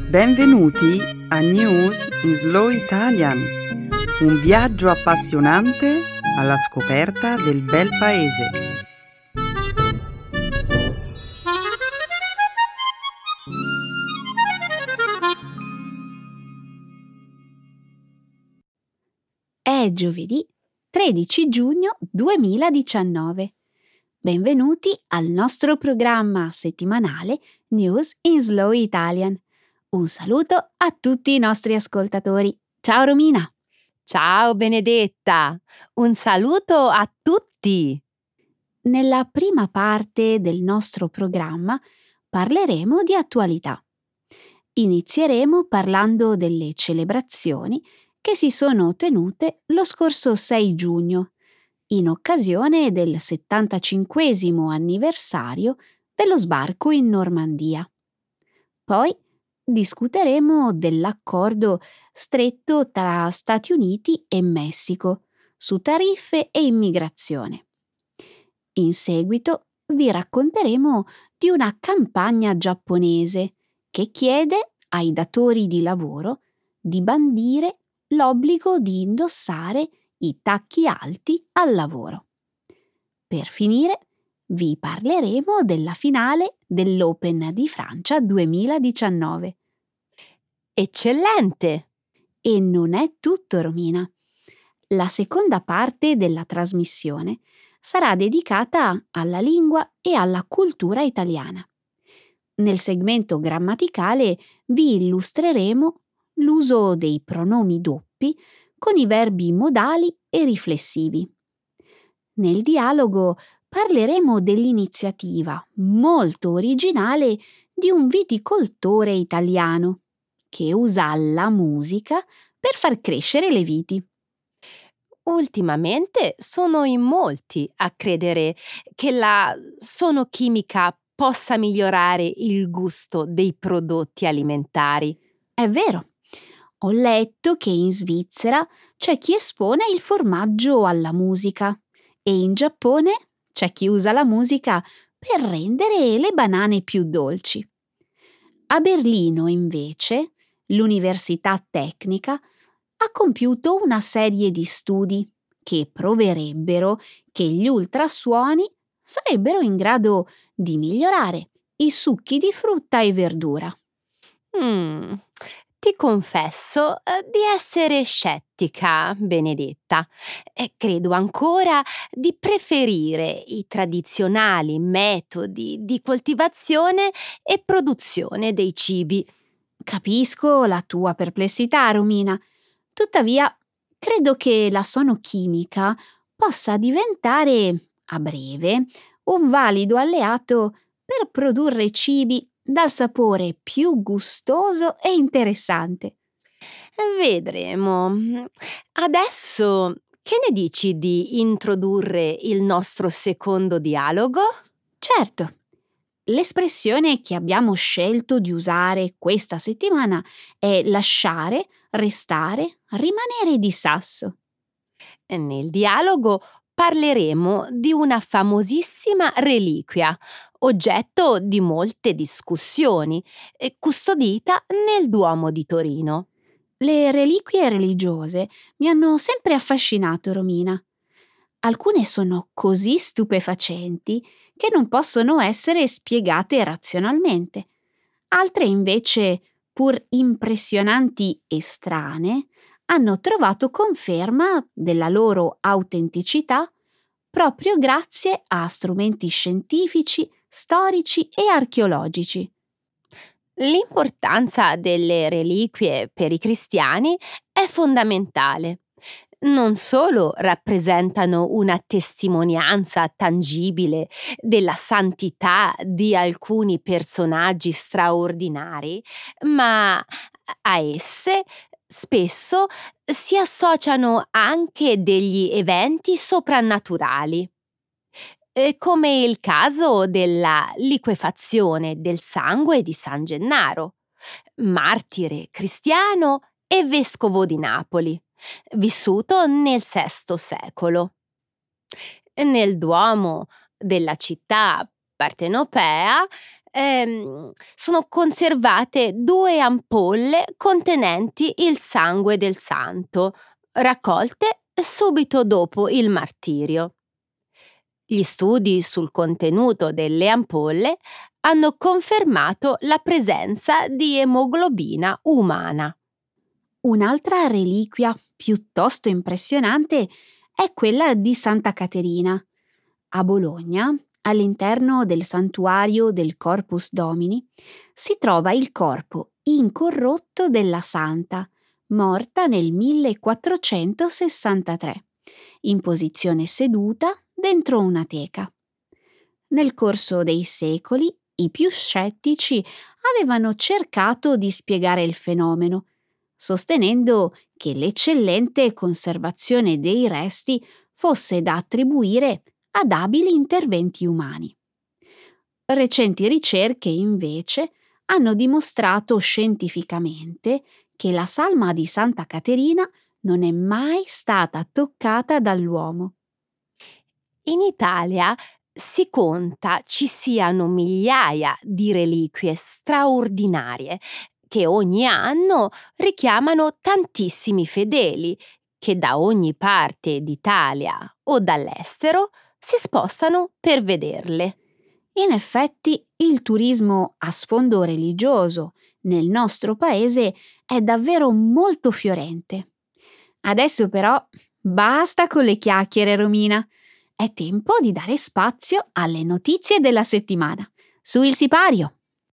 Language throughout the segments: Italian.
Benvenuti a News in Slow Italian, un viaggio appassionante alla scoperta del bel paese. È giovedì 13 giugno 2019. Benvenuti al nostro programma settimanale News in Slow Italian. Un saluto a tutti i nostri ascoltatori. Ciao Romina! Ciao Benedetta! Un saluto a tutti! Nella prima parte del nostro programma parleremo di attualità. Inizieremo parlando delle celebrazioni che si sono tenute lo scorso 6 giugno, in occasione del 75° anniversario dello sbarco in Normandia. Poi discuteremo dell'accordo stretto tra Stati Uniti e Messico su tariffe e immigrazione. In seguito vi racconteremo di una campagna giapponese che chiede ai datori di lavoro di bandire l'obbligo di indossare i tacchi alti al lavoro. Per finire, vi parleremo della finale dell'Open di Francia 2019. Eccellente! E non è tutto, Romina. La seconda parte della trasmissione sarà dedicata alla lingua e alla cultura italiana. Nel segmento grammaticale vi illustreremo l'uso dei pronomi doppi con i verbi modali e riflessivi. Nel dialogo parleremo dell'iniziativa molto originale di un viticoltore italiano che usa la musica per far crescere le viti. Ultimamente sono in molti a credere che la sonochimica possa migliorare il gusto dei prodotti alimentari. È vero. Ho letto che in Svizzera c'è chi espone il formaggio alla musica e in Giappone c'è chi usa la musica per rendere le banane più dolci. A Berlino, invece, l'Università Tecnica ha compiuto una serie di studi che proverebbero che gli ultrasuoni sarebbero in grado di migliorare i succhi di frutta e verdura. Ti confesso di essere scettica, Benedetta, e credo ancora di preferire i tradizionali metodi di coltivazione e produzione dei cibi. Capisco la tua perplessità, Romina. Tuttavia, credo che la sonochimica possa diventare, a breve, un valido alleato per produrre cibi dal sapore più gustoso e interessante. Vedremo. Adesso, che ne dici di introdurre il nostro secondo dialogo? Certo, l'espressione che abbiamo scelto di usare questa settimana è lasciare, restare, rimanere di sasso. Nel dialogo parleremo di una famosissima reliquia, oggetto di molte discussioni, custodita nel Duomo di Torino. Le reliquie religiose mi hanno sempre affascinato, Romina. Alcune sono così stupefacenti che non possono essere spiegate razionalmente. Altre invece, pur impressionanti e strane, hanno trovato conferma della loro autenticità proprio grazie a strumenti scientifici, storici e archeologici. L'importanza delle reliquie per i cristiani è fondamentale. Non solo rappresentano una testimonianza tangibile della santità di alcuni personaggi straordinari, ma a esse spesso si associano anche degli eventi soprannaturali, come il caso della liquefazione del sangue di San Gennaro, martire cristiano e vescovo di Napoli, vissuto nel VI secolo. Nel Duomo della città partenopea sono conservate 2 ampolle contenenti il sangue del santo, raccolte subito dopo il martirio. Gli studi sul contenuto delle ampolle hanno confermato la presenza di emoglobina umana. Un'altra reliquia piuttosto impressionante è quella di Santa Caterina. A Bologna, all'interno del santuario del Corpus Domini, si trova il corpo incorrotto della santa, morta nel 1463, in posizione seduta dentro una teca. Nel corso dei secoli, i più scettici avevano cercato di spiegare il fenomeno, sostenendo che l'eccellente conservazione dei resti fosse da attribuire ad abili interventi umani. Recenti ricerche, invece, hanno dimostrato scientificamente che la salma di Santa Caterina non è mai stata toccata dall'uomo. In Italia si conta ci siano migliaia di reliquie straordinarie che ogni anno richiamano tantissimi fedeli che da ogni parte d'Italia o dall'estero si spostano per vederle. In effetti, il turismo a sfondo religioso nel nostro paese è davvero molto fiorente. Adesso però basta con le chiacchiere, Romina. È tempo di dare spazio alle notizie della settimana. Su il sipario!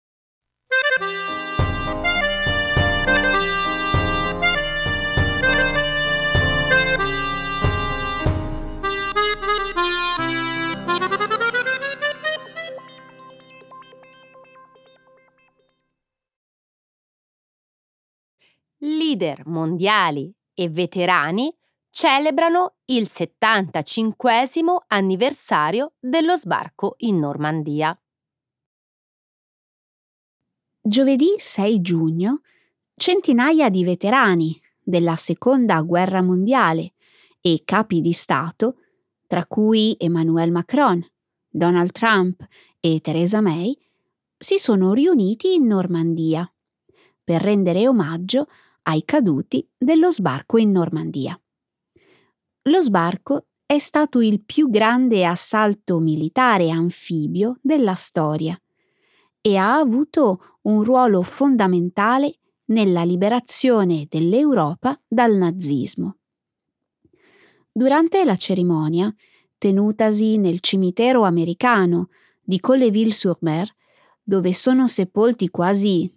Leader mondiali e veterani celebrano il 75° anniversario dello sbarco in Normandia. Giovedì 6 giugno, centinaia di veterani della Seconda Guerra Mondiale e capi di Stato, tra cui Emmanuel Macron, Donald Trump e Theresa May, si sono riuniti in Normandia per rendere omaggio ai caduti dello sbarco in Normandia. Lo sbarco è stato il più grande assalto militare anfibio della storia e ha avuto un ruolo fondamentale nella liberazione dell'Europa dal nazismo. Durante la cerimonia, tenutasi nel cimitero americano di Colleville-sur-Mer, dove sono sepolti quasi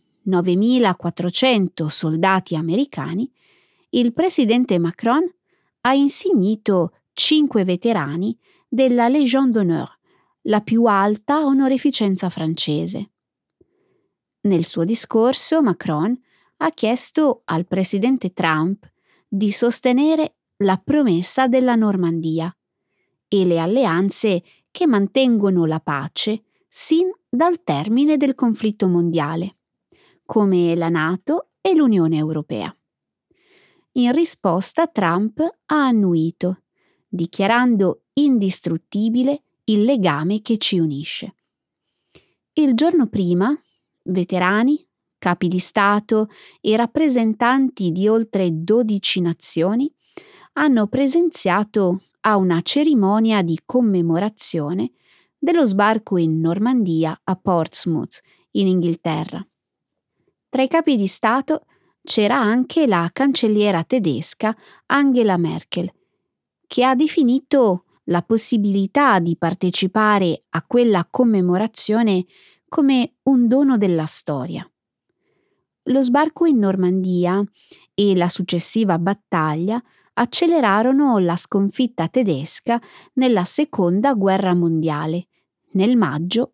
9.400 soldati americani, il presidente Macron ha insignito 5 veterani della Légion d'honneur, la più alta onorificenza francese. Nel suo discorso, Macron ha chiesto al presidente Trump di sostenere la promessa della Normandia e le alleanze che mantengono la pace sin dal termine del conflitto mondiale, come la NATO e l'Unione Europea. In risposta, Trump ha annuito, dichiarando indistruttibile il legame che ci unisce. Il giorno prima, veterani, capi di Stato e rappresentanti di oltre 12 nazioni hanno presenziato a una cerimonia di commemorazione dello sbarco in Normandia a Portsmouth, in Inghilterra. Tra i capi di Stato c'era anche la cancelliera tedesca Angela Merkel, che ha definito la possibilità di partecipare a quella commemorazione come un dono della storia. Lo sbarco in Normandia e la successiva battaglia accelerarono la sconfitta tedesca nella Seconda Guerra Mondiale, nel maggio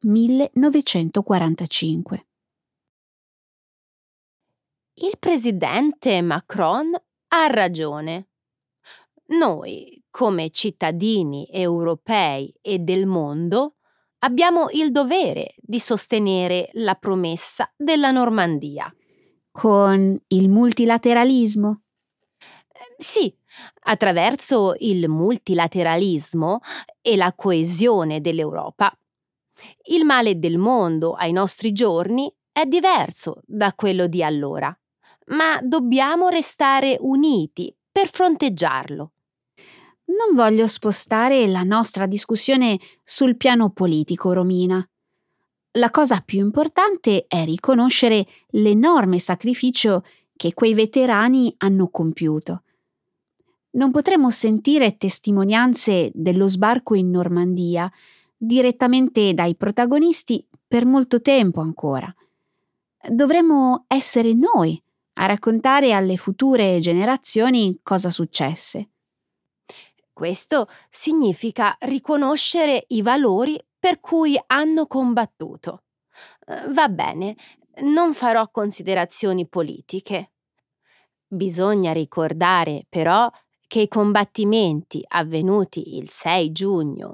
1945. Il presidente Macron ha ragione. Noi, come cittadini europei e del mondo, abbiamo il dovere di sostenere la promessa della Normandia. Con il multilateralismo? Sì, attraverso il multilateralismo e la coesione dell'Europa. Il male del mondo ai nostri giorni è diverso da quello di allora, ma dobbiamo restare uniti per fronteggiarlo. Non voglio spostare la nostra discussione sul piano politico, Romina. La cosa più importante è riconoscere l'enorme sacrificio che quei veterani hanno compiuto. Non potremo sentire testimonianze dello sbarco in Normandia direttamente dai protagonisti per molto tempo ancora. Dovremmo essere noi a raccontare alle future generazioni cosa successe. Questo significa riconoscere i valori per cui hanno combattuto. Va bene, non farò considerazioni politiche. Bisogna ricordare però che i combattimenti avvenuti il 6 giugno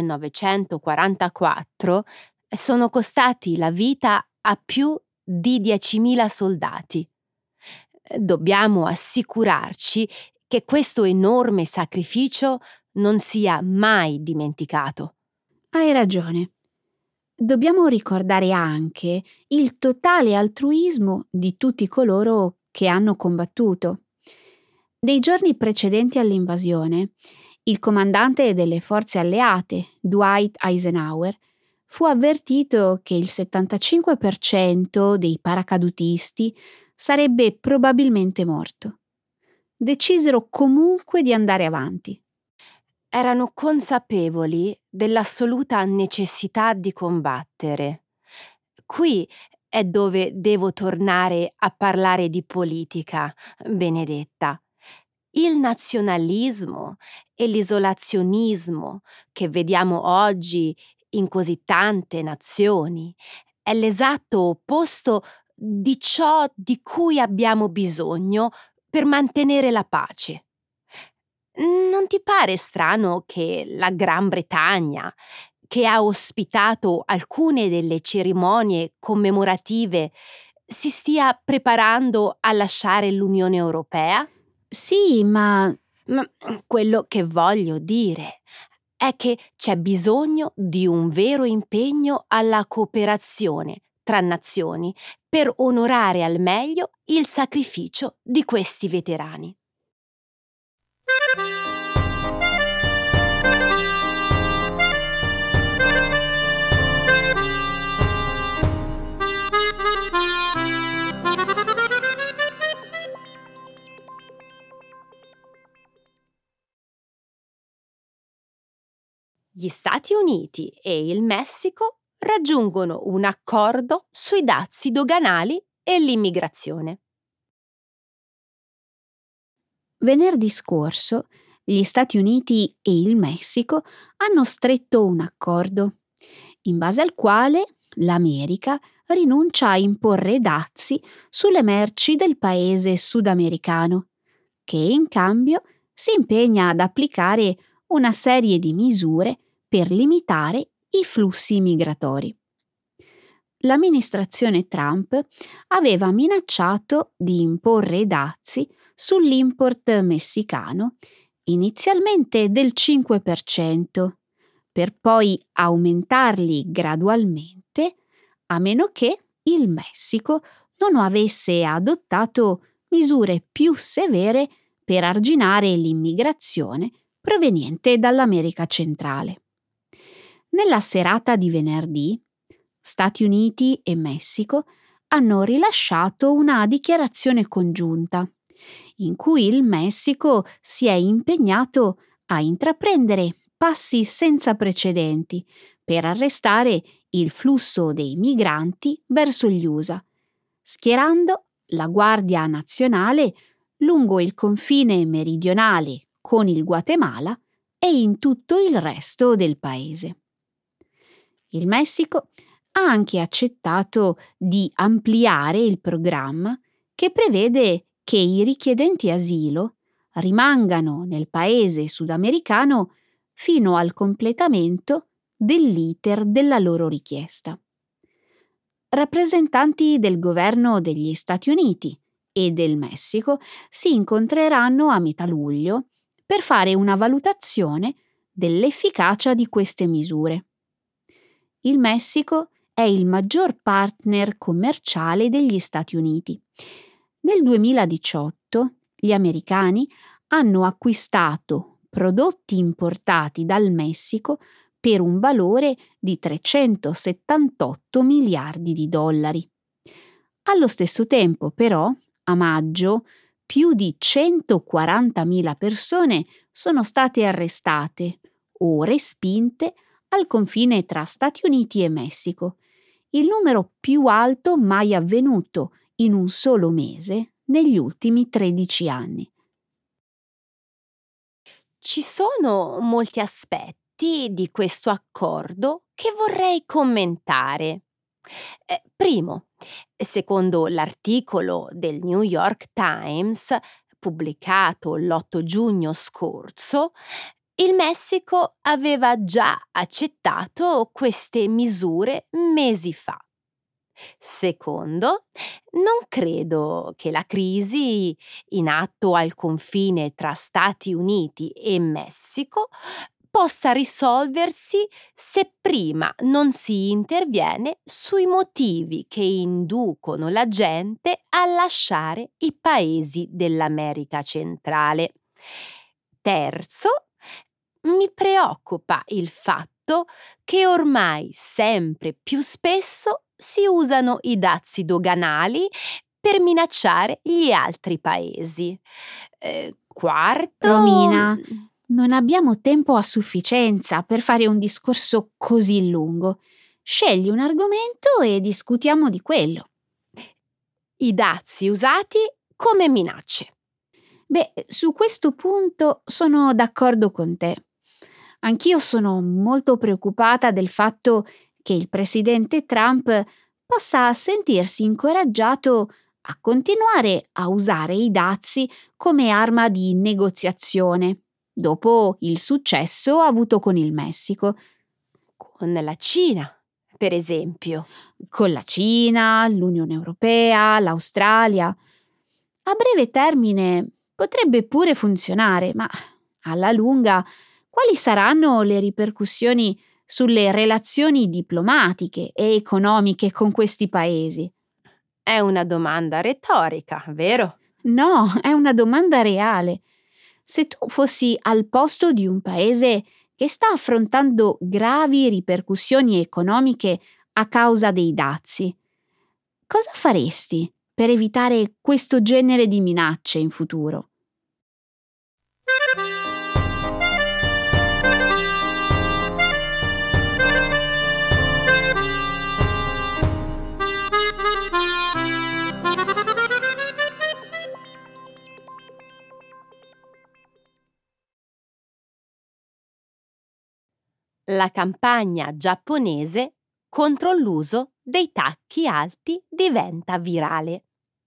1944 sono costati la vita a più di 10.000 soldati. Dobbiamo assicurarci che questo enorme sacrificio non sia mai dimenticato. Hai ragione. Dobbiamo ricordare anche il totale altruismo di tutti coloro che hanno combattuto. Nei giorni precedenti all'invasione, il comandante delle forze alleate, Dwight Eisenhower, fu avvertito che il 75% dei paracadutisti sarebbe probabilmente morto. Decisero comunque di andare avanti. Erano consapevoli dell'assoluta necessità di combattere. Qui è dove devo tornare a parlare di politica, Benedetta. Il nazionalismo e l'isolazionismo che vediamo oggi in così tante nazioni è l'esatto opposto di ciò di cui abbiamo bisogno per mantenere la pace. Non ti pare strano che la Gran Bretagna, che ha ospitato alcune delle cerimonie commemorative, si stia preparando a lasciare l'Unione Europea? Sì, ma Ma quello che voglio dire è che c'è bisogno di un vero impegno alla cooperazione tra nazioni per onorare al meglio il sacrificio di questi veterani. Gli Stati Uniti e il Messico raggiungono un accordo sui dazi doganali e l'immigrazione. venerdì scorso gli Stati Uniti e il Messico hanno stretto un accordo, in base al quale l'America rinuncia a imporre dazi sulle merci del paese sudamericano, che in cambio si impegna ad applicare una serie di misure per limitare i flussi migratori. L'amministrazione Trump aveva minacciato di imporre dazi sull'import messicano, inizialmente del 5%, per poi aumentarli gradualmente, a meno che il Messico non avesse adottato misure più severe per arginare l'immigrazione proveniente dall'America centrale. Nella serata di venerdì, Stati Uniti e Messico hanno rilasciato una dichiarazione congiunta, in cui il Messico si è impegnato a intraprendere passi senza precedenti per arrestare il flusso dei migranti verso gli USA, schierando la Guardia Nazionale lungo il confine meridionale con il Guatemala e in tutto il resto del paese. Il Messico ha anche accettato di ampliare il programma che prevede che i richiedenti asilo rimangano nel paese sudamericano fino al completamento dell'iter della loro richiesta. Rappresentanti del governo degli Stati Uniti e del Messico si incontreranno a metà luglio per fare una valutazione dell'efficacia di queste misure. il Messico è il maggior partner commerciale degli Stati Uniti. Nel 2018 gli americani hanno acquistato prodotti importati dal Messico per un valore di 378 miliardi di dollari. Allo stesso tempo, però, a maggio, più di 140.000 persone sono state arrestate o respinte al confine tra Stati Uniti e Messico, il numero più alto mai avvenuto in un solo mese negli ultimi 13 anni. Ci sono molti aspetti di questo accordo che vorrei commentare. Primo, secondo l'articolo del New York Times pubblicato l'8 giugno scorso, il Messico aveva già accettato queste misure mesi fa. Secondo, non credo che la crisi in atto al confine tra Stati Uniti e Messico possa risolversi se prima non si interviene sui motivi che inducono la gente a lasciare i paesi dell'America centrale. Terzo, mi preoccupa il fatto che ormai sempre più spesso si usano i dazi doganali per minacciare gli altri paesi. Quarto, Romina, non abbiamo tempo a sufficienza per fare un discorso così lungo. Scegli un argomento e discutiamo di quello. i dazi usati come minacce. Beh, su questo punto sono d'accordo con te. Anch'io sono molto preoccupata del fatto che il presidente Trump possa sentirsi incoraggiato a continuare a usare i dazi come arma di negoziazione, dopo il successo avuto con il Messico. Con la Cina, per esempio. Con la Cina, l'Unione Europea, l'Australia. A breve termine potrebbe pure funzionare, ma alla lunga quali saranno le ripercussioni sulle relazioni diplomatiche e economiche con questi paesi? È una domanda retorica, vero? No, è una domanda reale. Se tu fossi al posto di un paese che sta affrontando gravi ripercussioni economiche a causa dei dazi, cosa faresti per evitare questo genere di minacce in futuro? La campagna giapponese contro l'uso dei tacchi alti diventa virale.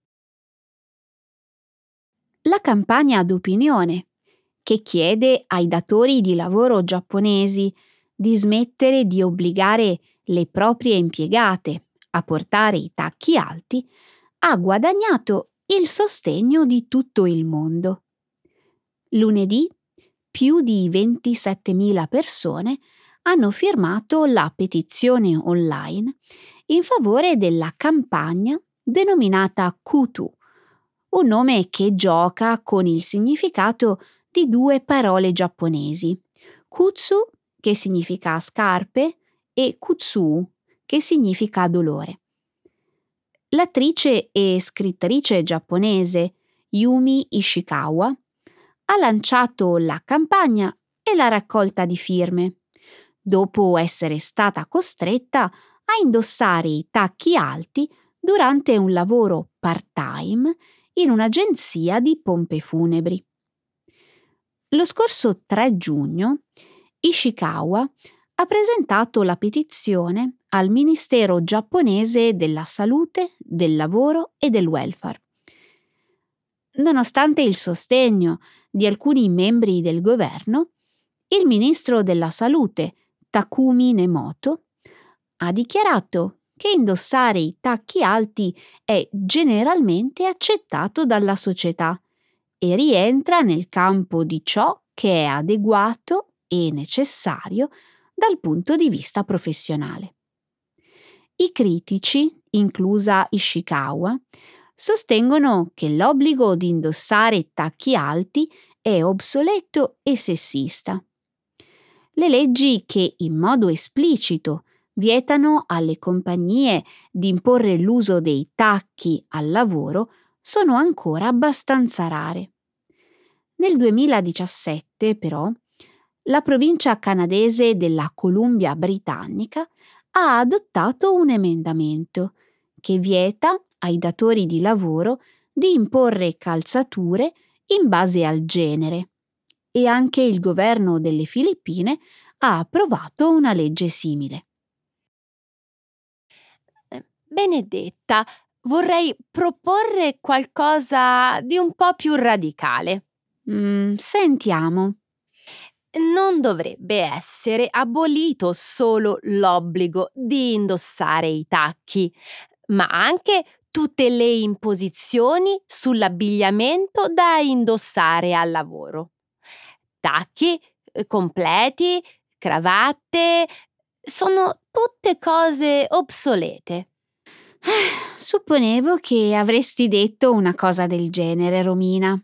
La campagna d'opinione, che chiede ai datori di lavoro giapponesi di smettere di obbligare le proprie impiegate a portare i tacchi alti, ha guadagnato il sostegno di tutto il mondo. Lunedì, più di 27.000 persone hanno firmato la petizione online in favore della campagna denominata Kutu, un nome che gioca con il significato di due parole giapponesi, Kutsu, che significa scarpe, e Kutsu, che significa dolore. L'attrice e scrittrice giapponese Yumi Ishikawa ha lanciato la campagna e la raccolta di firme, dopo essere stata costretta a indossare i tacchi alti durante un lavoro part-time in un'agenzia di pompe funebri. Lo scorso 3 giugno, Ishikawa ha presentato la petizione al Ministero giapponese della Salute, del Lavoro e del Welfare. Nonostante il sostegno di alcuni membri del governo, il ministro della Salute, Takumi Nemoto, ha dichiarato che indossare i tacchi alti è generalmente accettato dalla società e rientra nel campo di ciò che è adeguato e necessario dal punto di vista professionale. I critici, inclusa Ishikawa, sostengono che l'obbligo di indossare tacchi alti è obsoleto e sessista. Le leggi che in modo esplicito vietano alle compagnie di imporre l'uso dei tacchi al lavoro sono ancora abbastanza rare. Nel 2017, però, la provincia canadese della Columbia Britannica ha adottato un emendamento che vieta ai datori di lavoro di imporre calzature in base al genere, e anche il governo delle Filippine ha approvato una legge simile. Benedetta, vorrei proporre qualcosa di un po' più radicale. Sentiamo. Non dovrebbe essere abolito solo l'obbligo di indossare i tacchi, ma anche tutte le imposizioni sull'abbigliamento da indossare al lavoro. Tacchi completi, cravatte, sono tutte cose obsolete. Supponevo che avresti detto una cosa del genere, Romina.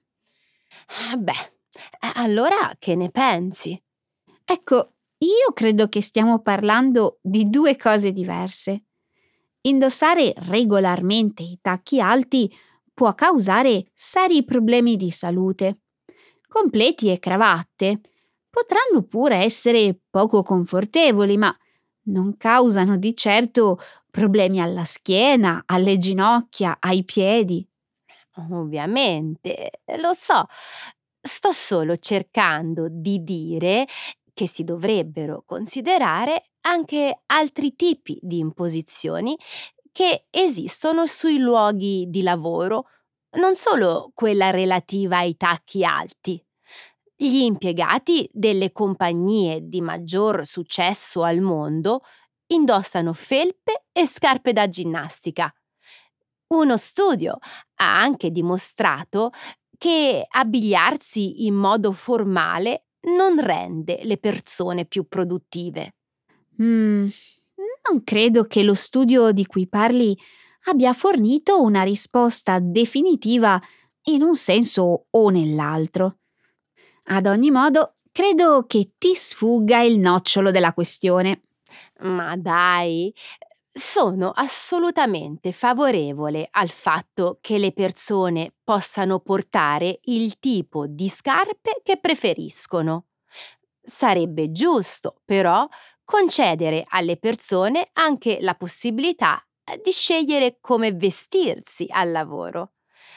Allora che ne pensi? Ecco, io credo che stiamo parlando di due cose diverse. Indossare regolarmente i tacchi alti può causare seri problemi di salute. Completi e cravatte potranno pure essere poco confortevoli, ma non causano di certo problemi alla schiena, alle ginocchia, ai piedi. Ovviamente, lo so. Sto solo cercando di dire che si dovrebbero considerare anche altri tipi di imposizioni che esistono sui luoghi di lavoro, non solo quella relativa ai tacchi alti. Gli impiegati delle compagnie di maggior successo al mondo indossano felpe e scarpe da ginnastica. Uno studio ha anche dimostrato che abbigliarsi in modo formale non rende le persone più produttive. Non credo che lo studio di cui parli abbia fornito una risposta definitiva in un senso o nell'altro. Ad ogni modo, credo che ti sfugga il nocciolo della questione. Ma dai, sono assolutamente favorevole al fatto che le persone possano portare il tipo di scarpe che preferiscono. Sarebbe giusto, però, concedere alle persone anche la possibilità di scegliere come vestirsi al lavoro.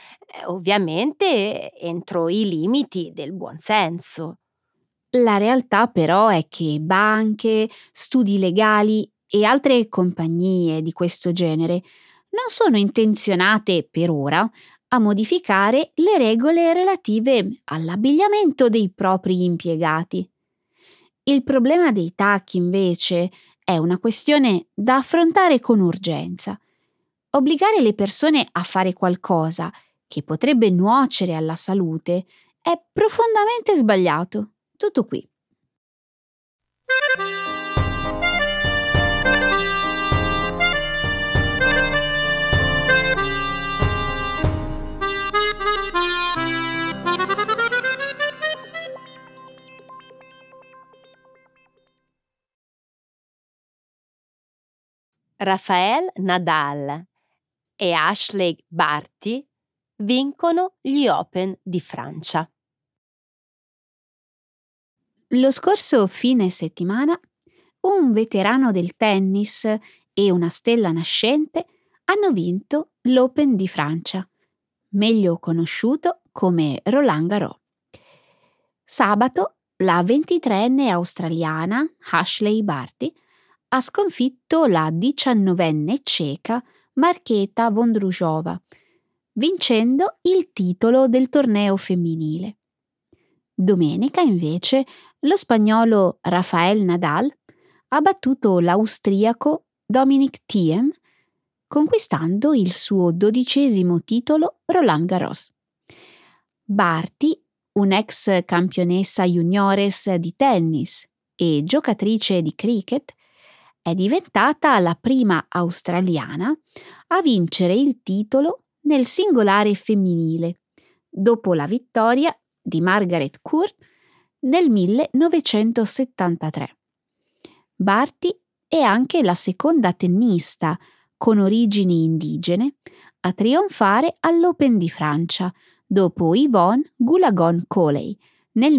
Ovviamente entro i limiti del buonsenso. La realtà però è che banche, studi legali e altre compagnie di questo genere non sono intenzionate per ora a modificare le regole relative all'abbigliamento dei propri impiegati. Il problema dei tacchi, invece, è una questione da affrontare con urgenza. Obbligare le persone a fare qualcosa che potrebbe nuocere alla salute è profondamente sbagliato. Tutto qui. Rafael Nadal e Ashleigh Barty vincono gli Open di Francia. Lo scorso fine settimana, un veterano del tennis e una stella nascente hanno vinto l'Open di Francia, meglio conosciuto come Roland Garros. Sabato, la 23enne australiana Ashleigh Barty ha sconfitto la 19enne ceca Markéta Vondrousova, vincendo il titolo del torneo femminile. Domenica, invece, lo spagnolo Rafael Nadal ha battuto l'austriaco Dominic Thiem, conquistando il suo 12° titolo Roland Garros. Barty, un'ex campionessa juniores di tennis e giocatrice di cricket, È diventata la prima australiana a vincere il titolo nel singolare femminile, dopo la vittoria di Margaret Court nel 1973. Barty è anche la seconda tennista con origini indigene a trionfare all'Open di Francia, dopo Yvonne Goolagong-Cawley nel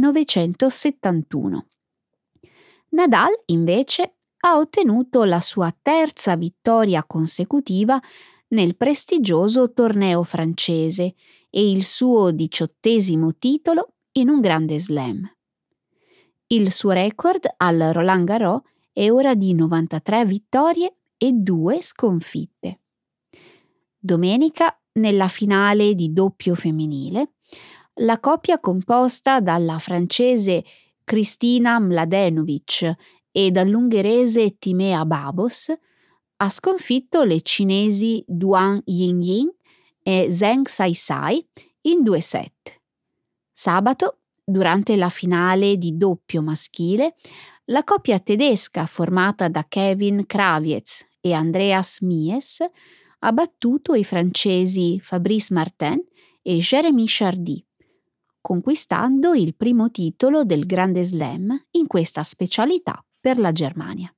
1971. Nadal, invece, ha ottenuto la sua terza vittoria consecutiva nel prestigioso torneo francese e il suo 18° titolo in un Grande Slam. Il suo record al Roland Garros è ora di 93 vittorie e 2 sconfitte. Domenica, nella finale di doppio femminile, la coppia composta dalla francese Kristina Mladenovic e dall'ungherese Timea Babos ha sconfitto le cinesi Duan Yingying e Zheng Saisai in 2 set. Sabato, durante la finale di doppio maschile, la coppia tedesca formata da Kevin Krawietz e Andreas Mies ha battuto i francesi Fabrice Martin e Jérémy Chardy, conquistando il primo titolo del Grande Slam in questa specialità per la Germania.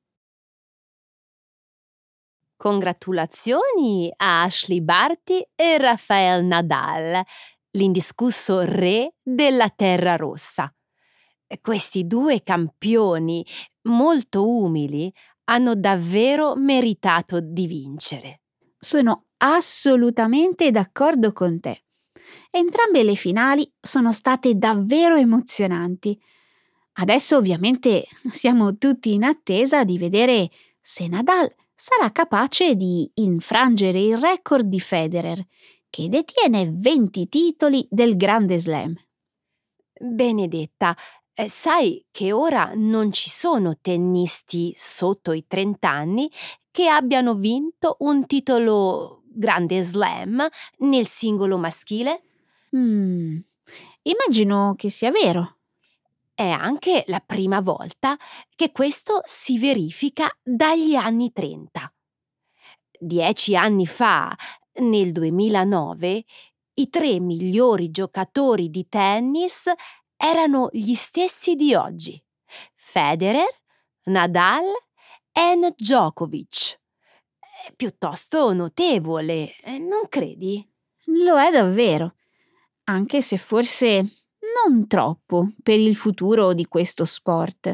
Congratulazioni a Ashley Barty e Rafael Nadal, l'indiscusso re della terra rossa. Questi 2 campioni molto umili hanno davvero meritato di vincere. Sono assolutamente d'accordo con te. Entrambe le finali sono state davvero emozionanti. Adesso ovviamente siamo tutti in attesa di vedere se Nadal sarà capace di infrangere il record di Federer, che detiene 20 titoli del Grande Slam. Benedetta, sai che ora non ci sono tennisti sotto i 30 anni che abbiano vinto un titolo Grande Slam nel singolo maschile? Immagino che sia vero. È anche la prima volta che questo si verifica dagli anni 30. 10 anni fa, nel 2009, i 3 migliori giocatori di tennis erano gli stessi di oggi: Federer, Nadal e Djokovic. È piuttosto notevole, non credi? Lo è davvero, anche se forse non troppo per il futuro di questo sport.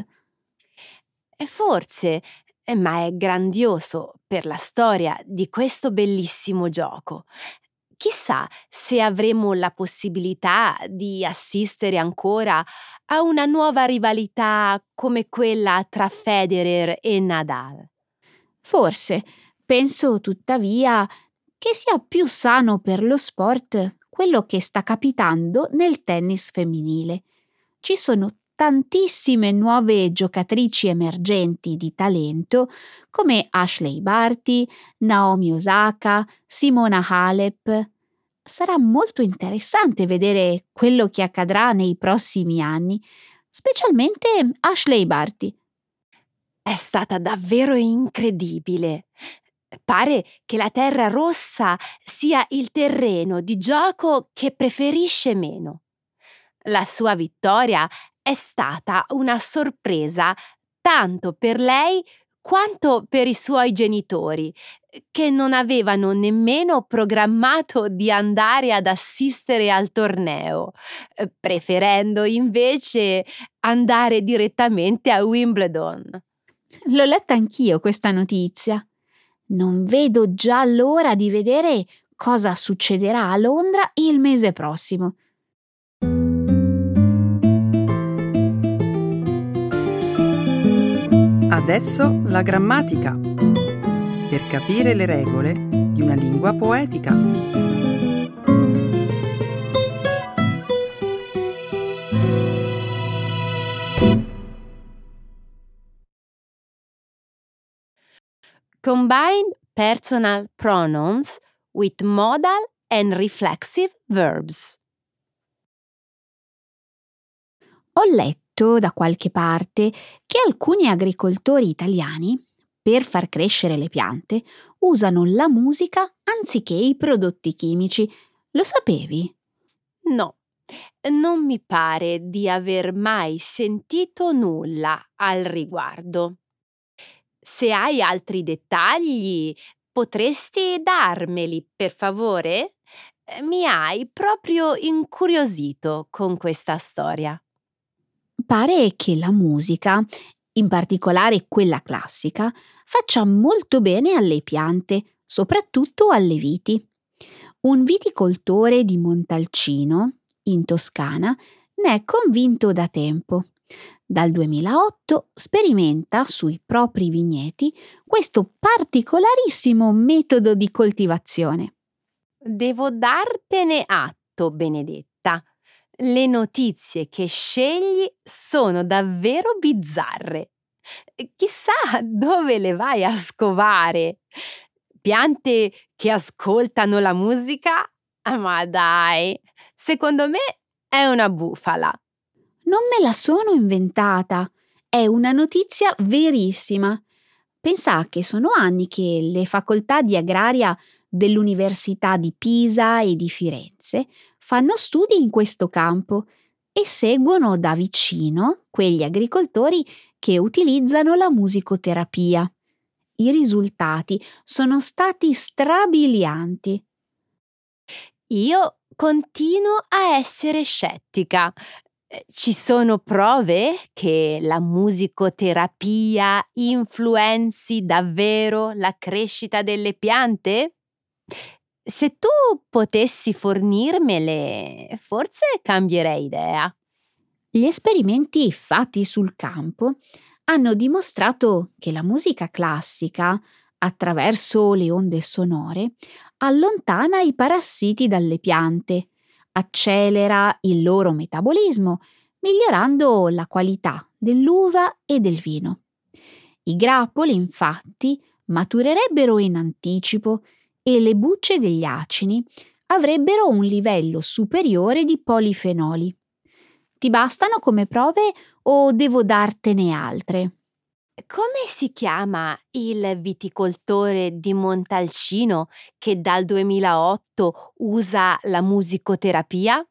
Forse, ma è grandioso per la storia di questo bellissimo gioco. Chissà se avremo la possibilità di assistere ancora a una nuova rivalità come quella tra Federer e Nadal. Forse, penso tuttavia che sia più sano per lo sport quello che sta capitando nel tennis femminile. Ci sono tantissime nuove giocatrici emergenti di talento come Ashley Barty, Naomi Osaka, Simona Halep. Sarà molto interessante vedere quello che accadrà nei prossimi anni, specialmente Ashley Barty. È stata davvero incredibile. Pare che la terra rossa sia il terreno di gioco che preferisce meno. La sua vittoria è stata una sorpresa tanto per lei quanto per i suoi genitori, che non avevano nemmeno programmato di andare ad assistere al torneo, preferendo invece andare direttamente a Wimbledon. L'ho letta anch'io questa notizia. Non vedo già l'ora di vedere cosa succederà a Londra il mese prossimo. Adesso la grammatica, per capire le regole di una lingua poetica. Combine personal pronouns with modal and reflexive verbs. Ho letto letto da qualche parte che alcuni agricoltori italiani, per far crescere le piante, usano la musica anziché i prodotti chimici. Lo sapevi? No, non mi pare di aver mai sentito nulla al riguardo. Se hai altri dettagli, potresti darmeli, per favore? Mi hai proprio incuriosito con questa storia. Pare che la musica, in particolare quella classica, faccia molto bene alle piante, soprattutto alle viti. Un viticoltore di Montalcino, in Toscana, ne è convinto da tempo. Dal 2008 sperimenta sui propri vigneti questo particolarissimo metodo di coltivazione. Devo dartene atto, Benedetta. Le notizie che scegli sono davvero bizzarre. Chissà dove le vai a scovare. Piante che ascoltano la musica? Ma dai, secondo me è una bufala. Non me la sono inventata, è una notizia verissima. Pensa che sono anni che le facoltà di agraria dell'Università di Pisa e di Firenze fanno studi in questo campo e seguono da vicino quegli agricoltori che utilizzano la musicoterapia. I risultati sono stati strabilianti. Io continuo a essere scettica. Ci sono prove che la musicoterapia influenzi davvero la crescita delle piante? Se tu potessi fornirmele, forse cambierei idea. Gli esperimenti fatti sul campo hanno dimostrato che la musica classica, attraverso le onde sonore, allontana i parassiti dalle piante, accelera il loro metabolismo, migliorando la qualità dell'uva e del vino. I grappoli, infatti, maturerebbero in anticipo e le bucce degli acini avrebbero un livello superiore di polifenoli. Ti bastano come prove o devo dartene altre? Come si chiama il viticoltore di Montalcino che dal 2008 usa la musicoterapia?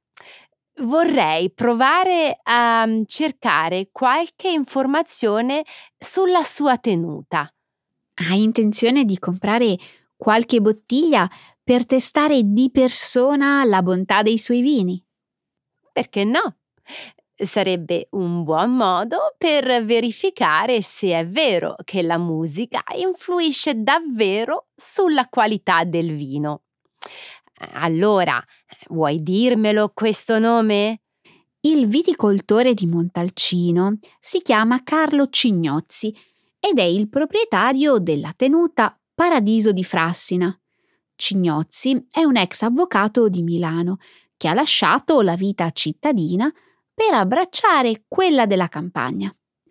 Vorrei provare a cercare qualche informazione sulla sua tenuta. Hai intenzione di comprare qualche bottiglia per testare di persona la bontà dei suoi vini? Perché no? Sarebbe un buon modo per verificare se è vero che la musica influisce davvero sulla qualità del vino. Allora, vuoi dirmelo questo nome? Il viticoltore di Montalcino si chiama Carlo Cignozzi ed è il proprietario della tenuta Paradiso di Frassina. Cignozzi è un ex avvocato di Milano che ha lasciato la vita cittadina per abbracciare quella della campagna.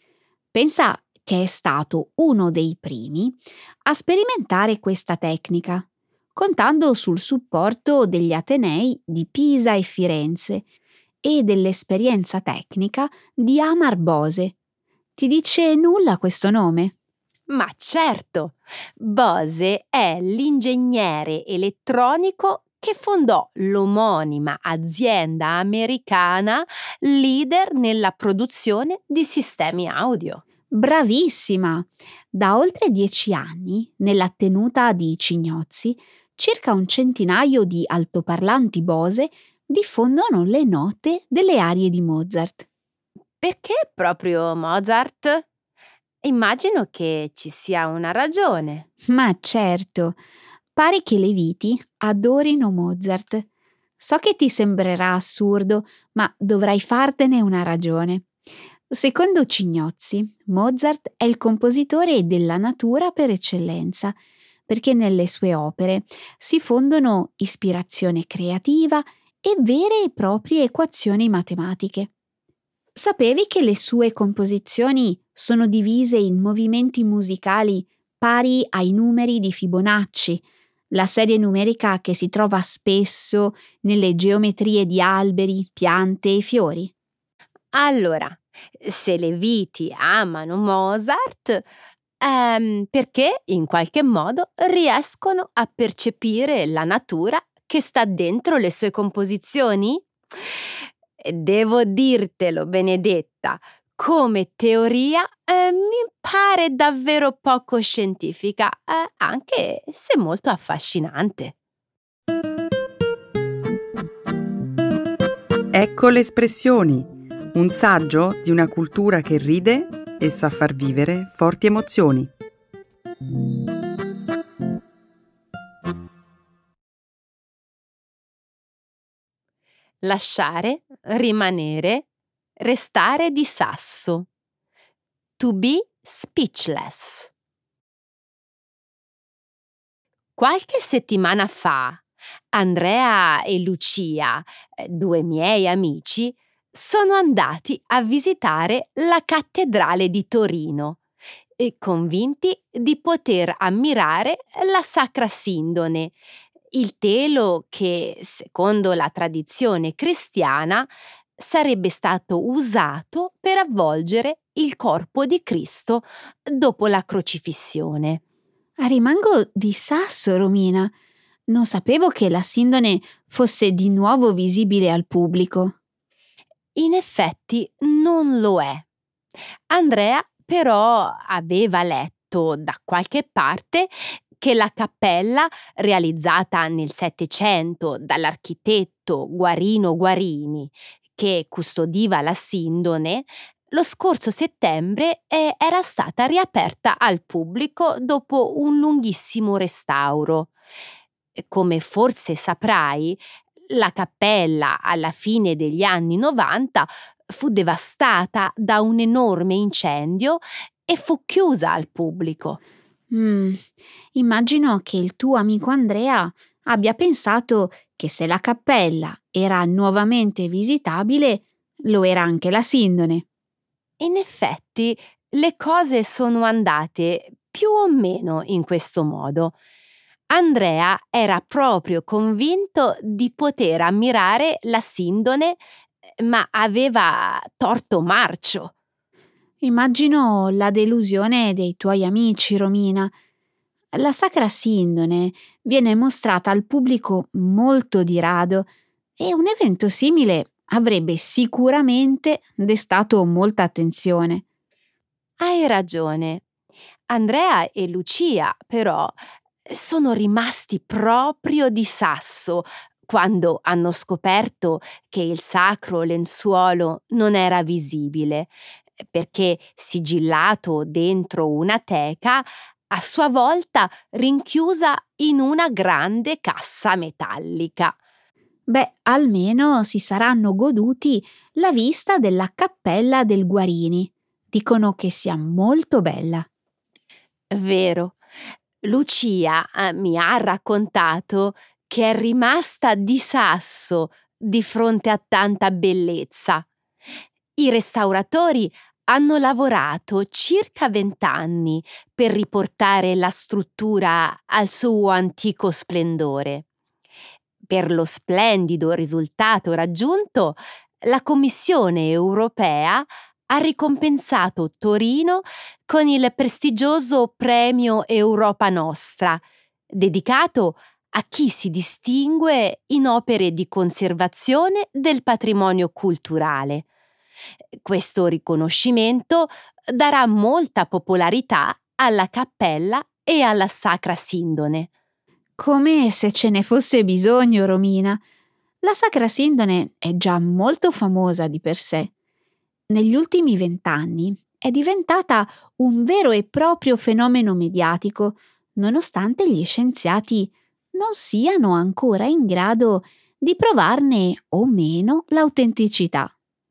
Pensa che è stato uno dei primi a sperimentare questa tecnica, contando sul supporto degli atenei di Pisa e Firenze e dell'esperienza tecnica di Amar Bose. Ti dice nulla questo nome? Ma certo, Bose è l'ingegnere elettronico che fondò l'omonima azienda americana leader nella produzione di sistemi audio. Bravissima! Da oltre 10 anni, nella tenuta di Cignozzi, circa un centinaio di altoparlanti Bose diffondono le note delle arie di Mozart. Perché proprio Mozart? Immagino che ci sia una ragione. Ma certo, pare che le viti adorino Mozart. So che ti sembrerà assurdo, ma dovrai fartene una ragione. Secondo Cignozzi, Mozart è il compositore della natura per eccellenza, perché nelle sue opere si fondono ispirazione creativa e vere e proprie equazioni matematiche. Sapevi che le sue composizioni sono divise in movimenti musicali pari ai numeri di Fibonacci, la serie numerica che si trova spesso nelle geometrie di alberi, piante e fiori? Allora, Se le viti amano Mozart, perché in qualche modo riescono a percepire la natura che sta dentro le sue composizioni? E devo dirtelo, Benedetta, come teoria mi pare davvero poco scientifica, anche se molto affascinante. Ecco le espressioni, un saggio di una cultura che ride e sa far vivere forti emozioni. Lasciare, rimanere, restare di sasso. To be speechless. Qualche settimana fa, Andrea e Lucia, due miei amici, sono andati a visitare la cattedrale di Torino e convinti di poter ammirare la Sacra Sindone, il telo che, secondo la tradizione cristiana, sarebbe stato usato per avvolgere il corpo di Cristo dopo la crocifissione. Rimango di sasso, Romina. Non sapevo che la Sindone fosse di nuovo visibile al pubblico. In effetti non lo è. Andrea però aveva letto da qualche parte che la cappella, realizzata nel Settecento dall'architetto Guarino Guarini, che custodiva la Sindone, lo scorso settembre era stata riaperta al pubblico dopo un lunghissimo restauro. Come forse saprai, la cappella alla fine degli anni 90 fu devastata da un enorme incendio e fu chiusa al pubblico. Immagino che il tuo amico Andrea abbia pensato che se la cappella era nuovamente visitabile, lo era anche la Sindone. In effetti, le cose sono andate più o meno in questo modo. Andrea era proprio convinto di poter ammirare la Sindone, ma aveva torto marcio. Immagino la delusione dei tuoi amici, Romina. La Sacra Sindone viene mostrata al pubblico molto di rado e un evento simile avrebbe sicuramente destato molta attenzione. Hai ragione. Andrea e Lucia, però, sono rimasti proprio di sasso quando hanno scoperto che il sacro lenzuolo non era visibile, perché sigillato dentro una teca, a sua volta rinchiusa in una grande cassa metallica. Beh, almeno si saranno goduti la vista della cappella del Guarini. Dicono che sia molto bella. Vero. Lucia mi ha raccontato che è rimasta di sasso di fronte a tanta bellezza. I restauratori hanno lavorato circa 20 anni per riportare la struttura al suo antico splendore. Per lo splendido risultato raggiunto, la Commissione europea ha ricompensato Torino con il prestigioso premio Europa Nostra, dedicato a chi si distingue in opere di conservazione del patrimonio culturale. Questo riconoscimento darà molta popolarità alla cappella e alla Sacra Sindone. Come se ce ne fosse bisogno, Romina. La Sacra Sindone è già molto famosa di per sé. Negli ultimi 20 anni è diventata un vero e proprio fenomeno mediatico, nonostante gli scienziati non siano ancora in grado di provarne o meno l'autenticità.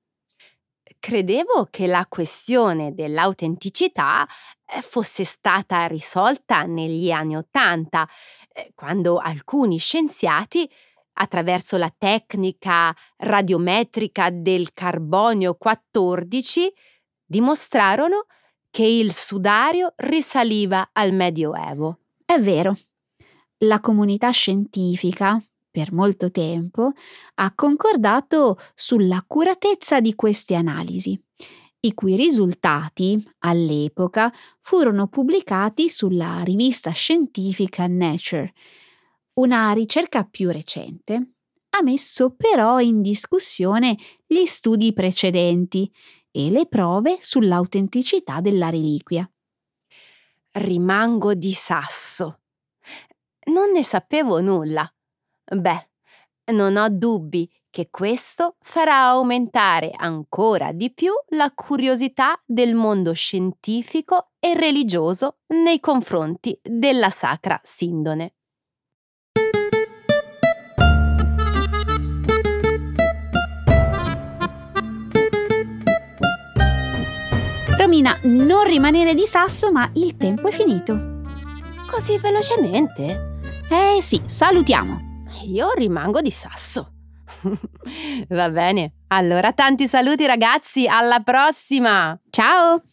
Credevo che la questione dell'autenticità fosse stata risolta negli anni '80, quando alcuni scienziati, attraverso la tecnica radiometrica del carbonio 14, dimostrarono che il sudario risaliva al Medioevo. È vero, la comunità scientifica, per molto tempo, ha concordato sull'accuratezza di queste analisi i cui risultati, all'epoca, furono pubblicati sulla rivista scientifica Nature. Una ricerca più recente ha messo però in discussione gli studi precedenti e le prove sull'autenticità della reliquia. Rimango di sasso. Non ne sapevo nulla. Beh, non ho dubbi che questo farà aumentare ancora di più la curiosità del mondo scientifico e religioso nei confronti della Sacra Sindone. Romina, non rimanere di sasso, ma il tempo è finito. Così velocemente? Sì, salutiamo. Io rimango di sasso. Va bene, allora tanti saluti ragazzi, alla prossima! Ciao!